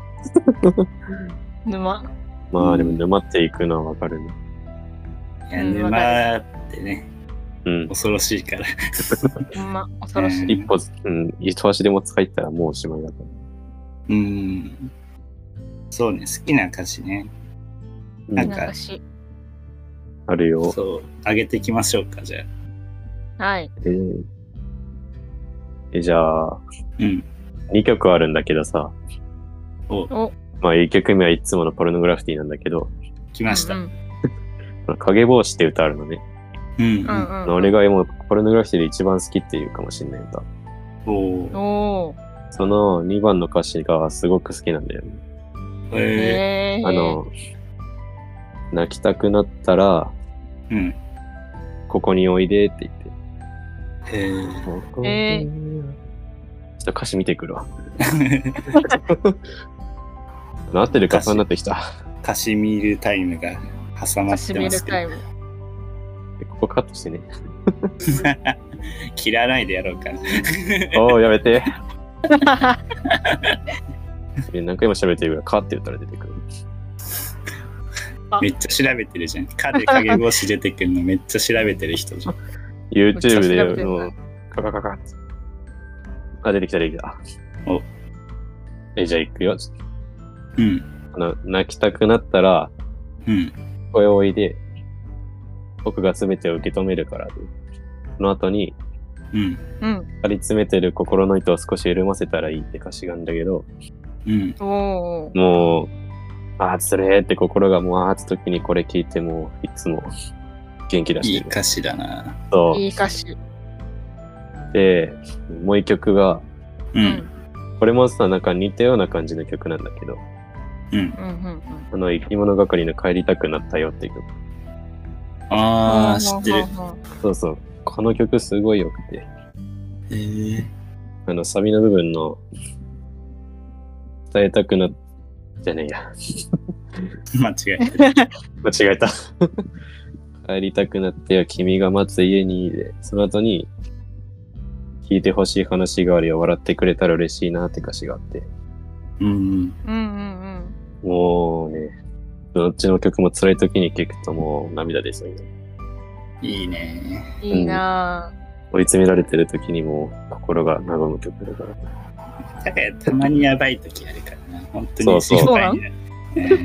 沼。 まあでも沼っていくのはわかるね。 いや、 うん沼ってね、 うん。 恐ろしいから。 ほんま、恐ろしい。 一歩、うん、一足でも使えたらもうおしまいだから。 うん。そうね、好きな歌詞ね。 うんなんかなんかし。 あるよ。 そう、上げていきましょうか、じゃあ。 はい。 えーえじゃあ、 うん。 にきょくあるんだけどさ、 お、 お、 まあいっきょくめはいつものポルノグラフィティなんだけど、 来ました。 ううんん。 影帽子って歌あるのね。 うんうんうんうん。 俺がもうポルノグラフィティで一番好きっていうかもしれない歌。 おーおー。 そのにばんの歌詞がすごく好きなんだよね。 えへー。 あの、泣きたくなったら、 ー、うん。 ここにおいでって言って。 へーえちょっと歌詞見てくるわ。なってるか不安になってきた。 歌詞見るタイムが挟まってしみますけど。 るタイム。 ここカットしてね。 切らないでやろうか。 おー、やめて。何回も喋ってるから、カって言ったら出てくる。 めっちゃ調べてるじゃん。かで影越し出てくるのめっちゃ調べてる人じゃん。 YouTube めっちゃ調べでてんなもう、カカカカって。あ、出てきた出てきた。 おえ、じゃあ行くよ。 うん。 あの、泣きたくなったら、 うん。 声をおいで、僕が全てを受け止めるからで。その後に、 うん。 うん。 張り詰めてる心の糸を少し緩ませたらいいって歌詞があるんだけど、 うん。 おー。 もう、あーつれーって心がもうあーつ時にこれ聞いてもいつも元気出いしてる。 い歌詞だな。 そいい歌詞。 う。で、もう一曲が、 う。 うんん。 これもさ、なんか似たような感じの曲なんだけど、 うん。 うん。うん。 あの、生き物係の帰りたくなったよっていう曲。 ああ、知ってる。 そうそう。この曲すごい良くて、 へえ。 あの、サビの部分の、伝えたくなっ、じゃねえや。 間違えてる。 間違えた。帰りたくなってよ、君が待つ家にで、その後に、聞いてほしい話があるよ、笑ってくれたら嬉しいなって歌詞があって、 うん。 うんうんもうね、どっちの曲も辛い時に聞くともう涙出そうになる。 いいね。 うん。いいな追い詰められてる時にも心が和む曲だから。 だからたまにやばい時あるからな。本当にそうそう心配になる。うん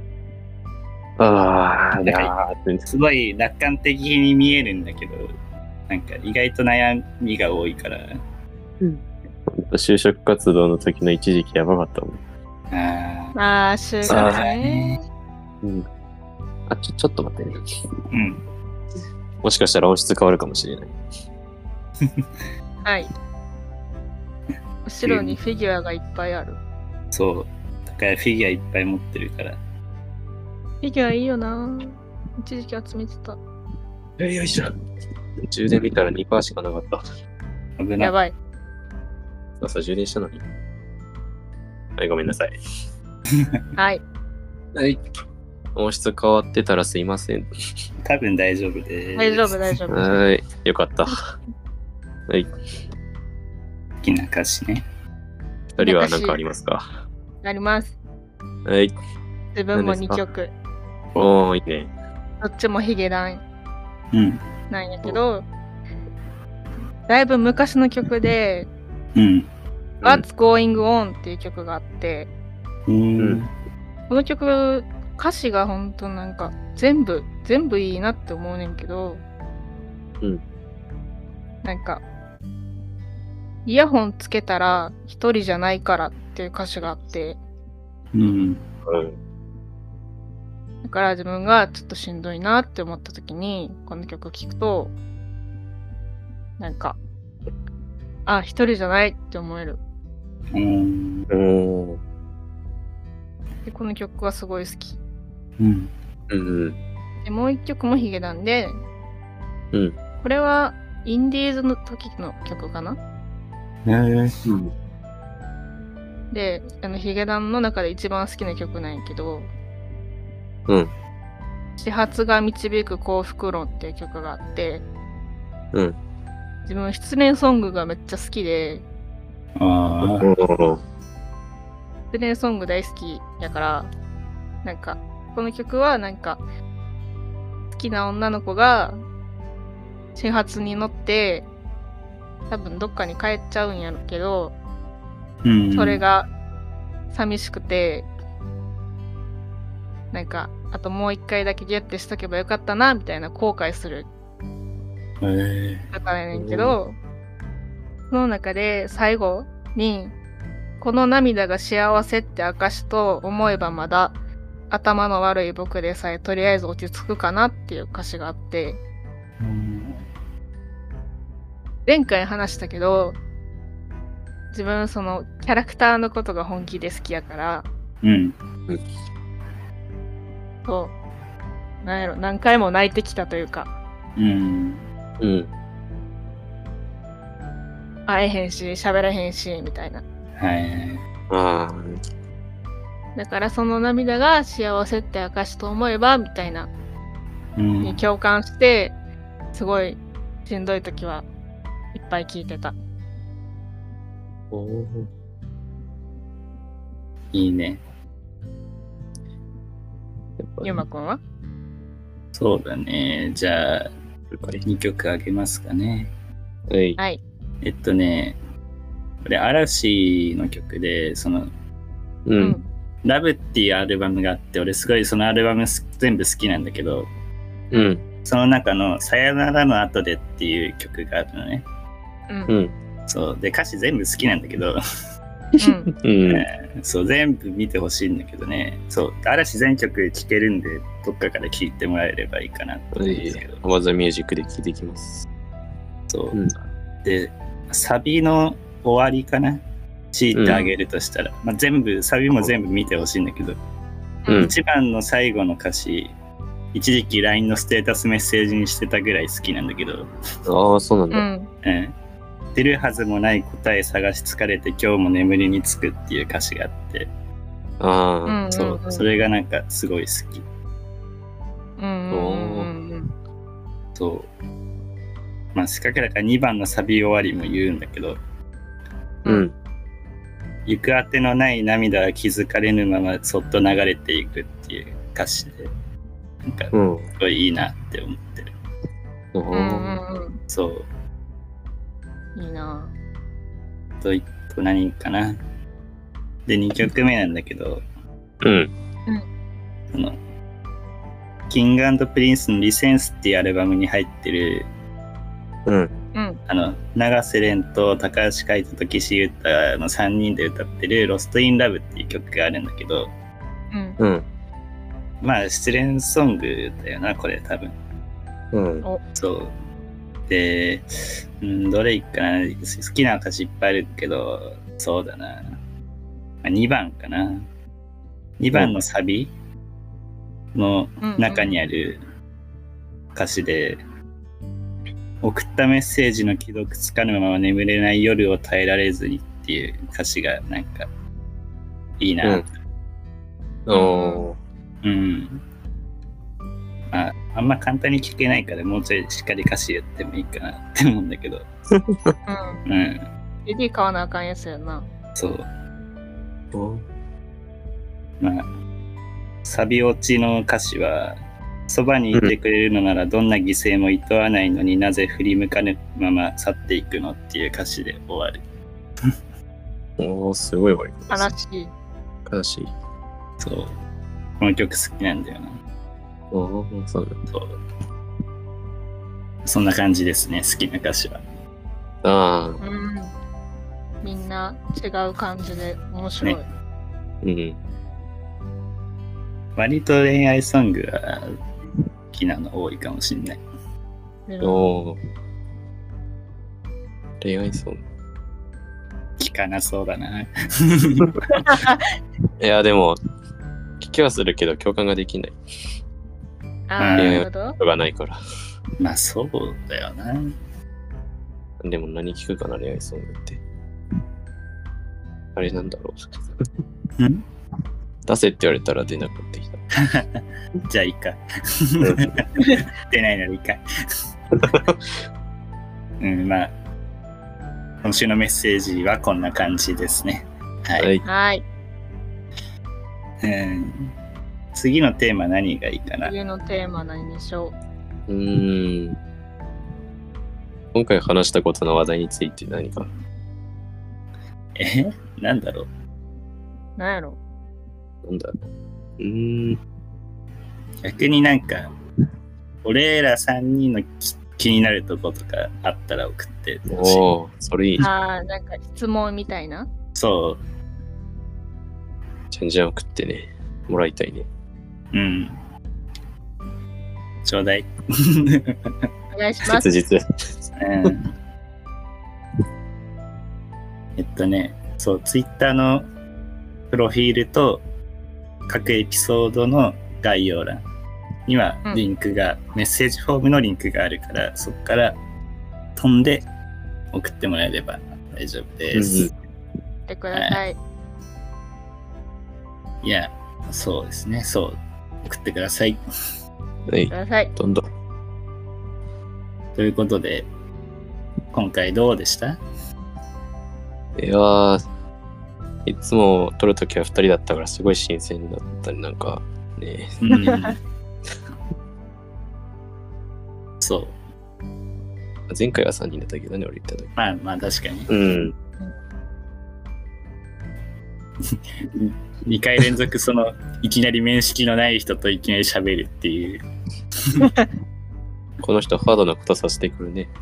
ああ、いやーって。 すごい楽観的に見えるんだけど、なんか意外と悩みが多いから。 就職活動の時の一時期やばかったもん。 あぁ。あー、就そう活だねね。 うん。あ、ちょ、ちょっと待ってね。 ーうん。 もしかしたら音質変わるかもしれない。 はい。後ろにフィギュアがいっぱいある。 そう。だからフィギュアいっぱい持ってるから。 フィギュアいいよな一時期集めてた。 よいしょ。充電見たら にパーセント しかなかった。 危ない。 やばい。 朝充電したのに。はい、ごめんなさい。 はい。 はい。音質変わってたらすいません。 多分大丈夫です。 大丈夫、大丈夫。 はい。よかった。はい。 好きな歌詞ね。 二人は何かありますか？ あります。 はい。 自分もに何ですかきょく。 おー、いいね。 どっちもヒゲダンうん。 なんやけど、だいぶ昔の曲で、 うん。 What's Going On っていう曲があって、 う。 うんん。 この曲、歌詞がほんとなんか全部、全部いいなって思うねんけど、 うん。 なんか、イヤホンつけたら一人じゃないからっていう歌詞があって、 うん。 うん。 だから自分がちょっとしんどいなって思った時に、この曲聴くと、なんか、あ、一人じゃないって思える。 うん。 おー。 で、この曲はすごい好き。 うん。 うん。 で、もう一曲もヒゲダンで、 うん。 これはインディーズの時の曲かな。 えーうん。 で、あのヒゲダンの中で一番好きな曲なんやけど、 うん。 始発が導く幸福論っていう曲があって、 うん。 自分失恋ソングがめっちゃ好きで、 ああ。 おー。 失恋ソング大好きやから、なんか、この曲はなんか、好きな女の子が始発に乗って、多分どっかに帰っちゃうんやろけど、 うん。 それ。が寂しくて、なんか、あともう一回だけギュッてしとけばよかったな、みたいな後悔するえ方やねんけど、その中で最後に、この涙が幸せって証と思えばまだ頭の悪い僕でさえとりあえず落ち着くかなっていう歌詞があって、 ーうん。 前回話したけど、自分そのキャラクターのことが本気で好きやから、 うん。 そう、なんやろ、何回も泣いてきたというか、 うん。 うん。 会えへんし、喋らへんし、みたいな。 はい。 あだからその涙が幸せって証と思えばみたいなうんに共感して、すごいしんどい時はいっぱい聞いてた。 おーいいね。 やっぱゆうまくんは？ そうだね。じゃあ、にきょくあげますかね。 はい。 はい。 えっとね、これ嵐の曲で、その、 う。 うんん。 ラブっていうアルバムがあって、俺すごいそのアルバムす全部好きなんだけど、 うん。 その中のさよならの後でっていう曲があるのね。 うん。 う。ん。 そう。で、歌詞全部好きなんだけど、 うん。 うん。 そう、全部見てほしいんだけどね。そう。嵐全曲聴けるんで、どっかから聴いてもらえればいいかなと思うんですけど。 アマゾンミュージックで聴いていきます。 そう。 うん。 で、サビの終わりかな強いてあげるとしたら、まあ、全部、サビも全部見てほしいんだけど、 うん一番の最後の歌詞、一時期 ライン のステータスメッセージにしてたぐらい好きなんだけど、 ああ、そうなんだ。 うん。 うん。出るはずもない答え探し疲れて今日も眠りにつくっていう歌詞があって、 ああ、 うん。 そう、それがなんかすごい好き。 うん。うん。うん。 そう。まあ、せっかくだからにばんのサビ終わりも言うんだけど、 うん。 行くあてのない涙は気づかれぬままそっと流れていくっていう歌詞で、なんかうん。 すごいいいなって思ってる。 おうん。 ーうん。 そう。 うん。いいな。 といっと何かな。で、にきょくめなんだけど、 うん。 その、キング&プリンスのリセンスっていうアルバムに入ってる、 うん。 うん。 あの、永瀬廉と高橋海人と岸優太のさんにんで歌ってるロストインラブっていう曲があるんだけど、 うん。 うん。 まあ失恋ソングだよな、これ多分。 うん。 そう。で、うん、どれいっかな。好きな歌詞いっぱいあるけど、そうだな。まあ、にばんかな。にばんのサビの中にある歌詞で、送ったメッセージの既読つかぬまま眠れない夜を耐えられずにっていう歌詞がなんかいいな。 うんおーうん。まあ、あんま簡単に聞けないからもうちょいしっかり歌詞言ってもいいかなって思うんだけど。 うん。 うん。 シーディー 買わなあかんやつやな。 そう。 おーまあ、サビ落ちの歌詞は、そばにいてくれるのならどんな犠牲も厭わないのになぜ振り向かぬまま去っていくのっていう歌詞で終わる。 おー、すごい終わり悲方。 しい。 悲しい。 そう。この曲好きなんだよな。 おー、そうなんだ。 そう。そんな感じですね、好きな歌詞は。 ああ、 うん。みんな違う感じで面白い。 ねうん。 割と恋愛ソングは好きなの多いかもしんない。 うんおー。恋愛ソング。 聞かなそうだな。 いや、でも、聞きはするけど共感ができないああ、なるほど。 ことがないから。 まあそうだよな。 でも何聞くかな、恋愛ソングって。あれなんだろう。 ん出せって言われたら出なくなってきた。 じゃあいいか。出ないならいいか。うん、まあ、今週のメッセージはこんな感じですね。はい。 はい。 はい。 うん、次のテーマ何がいいかな。 次のテーマ何にしようーん。今回話したことの話題について何か。 えなんだろう。 う。なんやろ。 なんだろう。うーん。 逆になんか、俺らさんにんのき気になるとことかあったら送ってほしい。 おー、それいい。 ああ、なんか質問みたいな。 そじゃんじゃん送ってね。もらいたいね。 う。うん。ちょうだい。 お願いします。 切実。 うんえっとね、そう、ツイッターのプロフィールと各エピソードの概要欄にはうんリンクが、メッセージフォームのリンクがあるから、そこから飛んで送ってもらえれば大丈夫です。 うんしてください。 いや、そうですね。そう。送ってください。 はいく。ださい。 どんどん。 ということで、今回どうでした？ いやー、いつも撮るときはふたりだったからすごい新鮮だったり、なんかね。 うん、そう。 前回はさんにんだったけどね、俺言ったとき。 まあまあ確かに。 うん。 にかい連続そのいきなり面識のない人といきなり喋るっていうこの人ハードなことさせてくるね。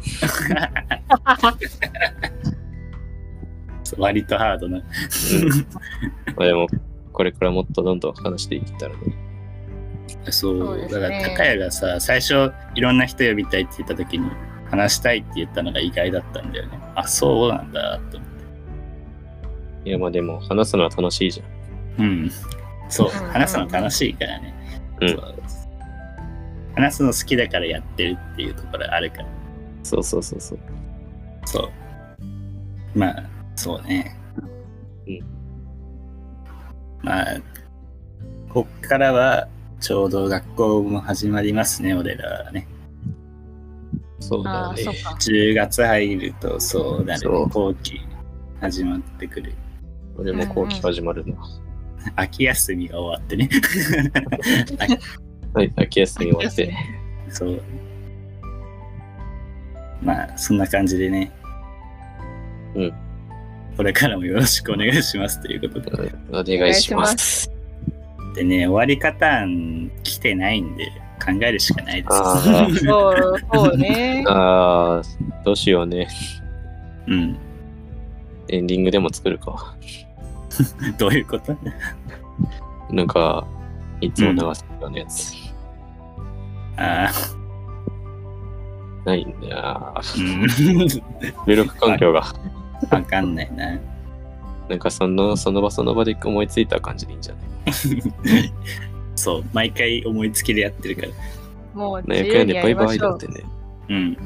割とハードな。 うん。まあでも、これからもっとどんどん話していけたらね。 そう、 そうですねだから高谷がさ、最初いろんな人呼びたいって言った時に話したいって言ったのが意外だったんだよね。あ、そうなんだと思って。 いや、まあでも、話すのは楽しいじゃん。 うん。そう、 うん話すの楽しいからね。 うんそう話すの好きだからやってるっていうところあるから。 そうそうそうそう。 そう。まあ、そうね。 うん。 まあ、こっからはちょうど学校も始まりますね、俺らはね。 ああ、 そうだねそ。っか。 じゅうがつ入るとそうなるね。 そう後期始まってくる。 俺も後期始まるな。 秋休みが終わってね。 はい、秋休み終わって。 そう。まあ、そんな感じでね。 うん。 これからもよろしくお願いしますということで。 お願いします。 でね、終わり方来てないんで考えるしかないです。 あそう、そうね。 ああ、どうしようね。 うん。 エンディングでも作るか。 どういうこと？ なんか、いつも流すようなやつ。 ああ、 ないんだよ。 うん。 入力環境が。 わかんないな。 なんかその、その場その場で思いついた感じでいいんじゃない？ そう、毎回思いつきでやってるから。 もう自なんやかん由にややでバイバりましょう。 イだってね。 うん。 うん。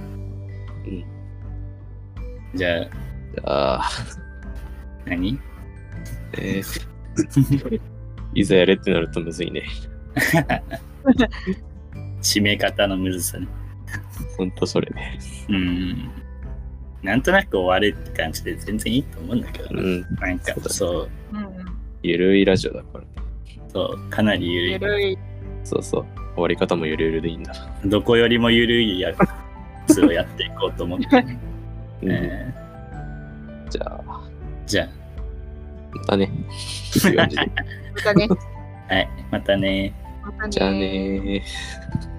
じゃあ、 じゃあ、 何？ えー、いざやれってなるとむずいね。 締め方のむずさね。 ほんとそれね。 うん。なんとなく終わるって感じで全然いいと思うんだけどな。 うん。 なんかそうだねそう、 うんうん。 ゆるいラジオだから。 そう、かなりゆるい。 ゆるい。 そうそう。終わり方もゆるゆるでいいんだ。 どこよりもゆるいやつをやっていこうと思って、ねうんえじゃあ、 ーじゃまたね。っていう感じで。 またね。 あ、はい、またね。 またね。 じゃあねー。